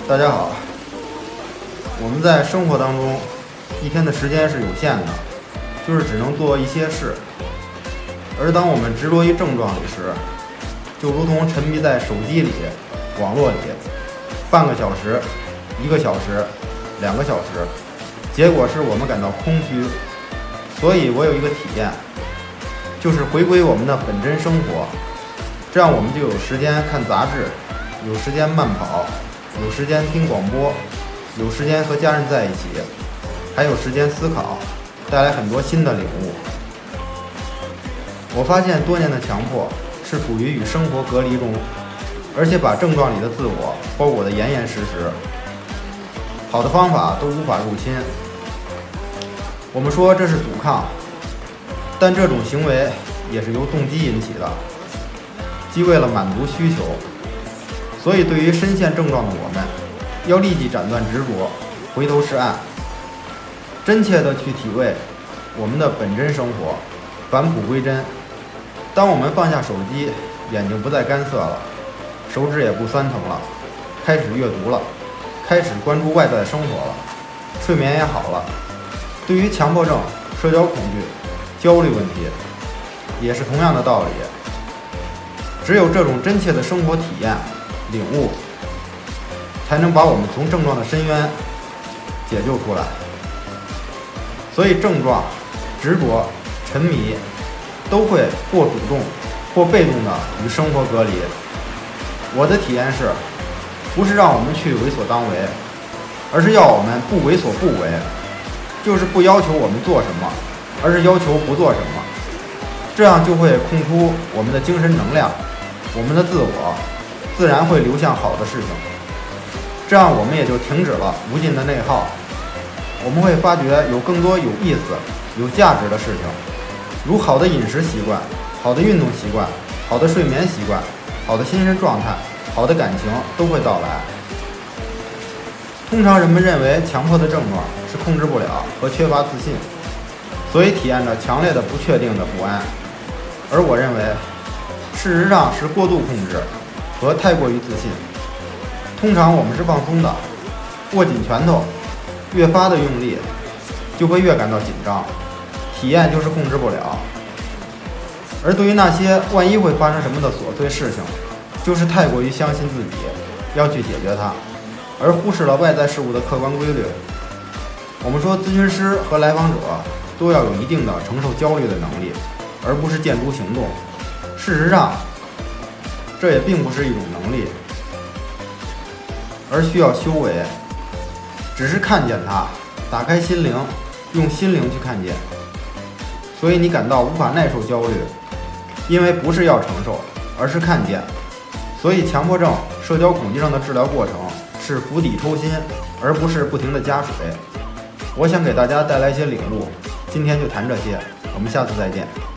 大家好，我们在生活当中，一天的时间是有限的，就是只能做一些事。而当我们执着于症状里时，就如同沉迷在手机里、网络里，半个小时、1个小时、2个小时，结果是我们感到空虚。所以我有一个体验，就是回归我们的本真生活，这样我们就有时间看杂志，有时间慢跑，有时间听广播，有时间和家人在一起，还有时间思考，带来很多新的领悟。我发现多年的强迫是处于与生活隔离中，而且把症状里的自我包裹得严严实实，好的方法都无法入侵。我们说这是阻抗，但这种行为也是由动机引起的，即为了满足需求。所以对于深陷症状的我们，要立即斩断执着，回头是岸，真切地去体味我们的本真生活，返璞归真。当我们放下手机，眼睛不再干涩了，手指也不酸疼了，开始阅读了，开始关注外在生活了，睡眠也好了。对于强迫症、社交恐惧、焦虑问题，也是同样的道理。只有这种真切的生活体验、领悟，才能把我们从症状的深渊解救出来。所以症状、执着、沉迷都会或主动或被动的与生活隔离。我的体验是，不是让我们去为所当为，而是要我们不为所不为，就是不要求我们做什么，而是要求不做什么。这样就会空出我们的精神能量，我们的自我自然会流向好的事情，这样我们也就停止了无尽的内耗。我们会发觉有更多有意思、有价值的事情，如好的饮食习惯、好的运动习惯、好的睡眠习惯、好的精神状态、好的感情都会到来。通常人们认为强迫的症状是控制不了和缺乏自信，所以体验着强烈的不确定的不安。而我认为，事实上是过度控制和太过于自信。通常我们是放松的，握紧拳头，越发的用力，就会越感到紧张，体验就是控制不了。而对于那些万一会发生什么的琐碎事情，就是太过于相信自己，要去解决它，而忽视了外在事物的客观规律。我们说咨询师和来访者都要有一定的承受焦虑的能力，而不是见诸行动。事实上，这也并不是一种能力，而需要修为。只是看见它，打开心灵，用心灵去看见。所以你感到无法耐受焦虑，因为不是要承受，而是看见。所以强迫症、社交恐惧症的治疗过程是釜底抽薪，而不是不停地加水。我想给大家带来一些领悟，今天就谈这些，我们下次再见。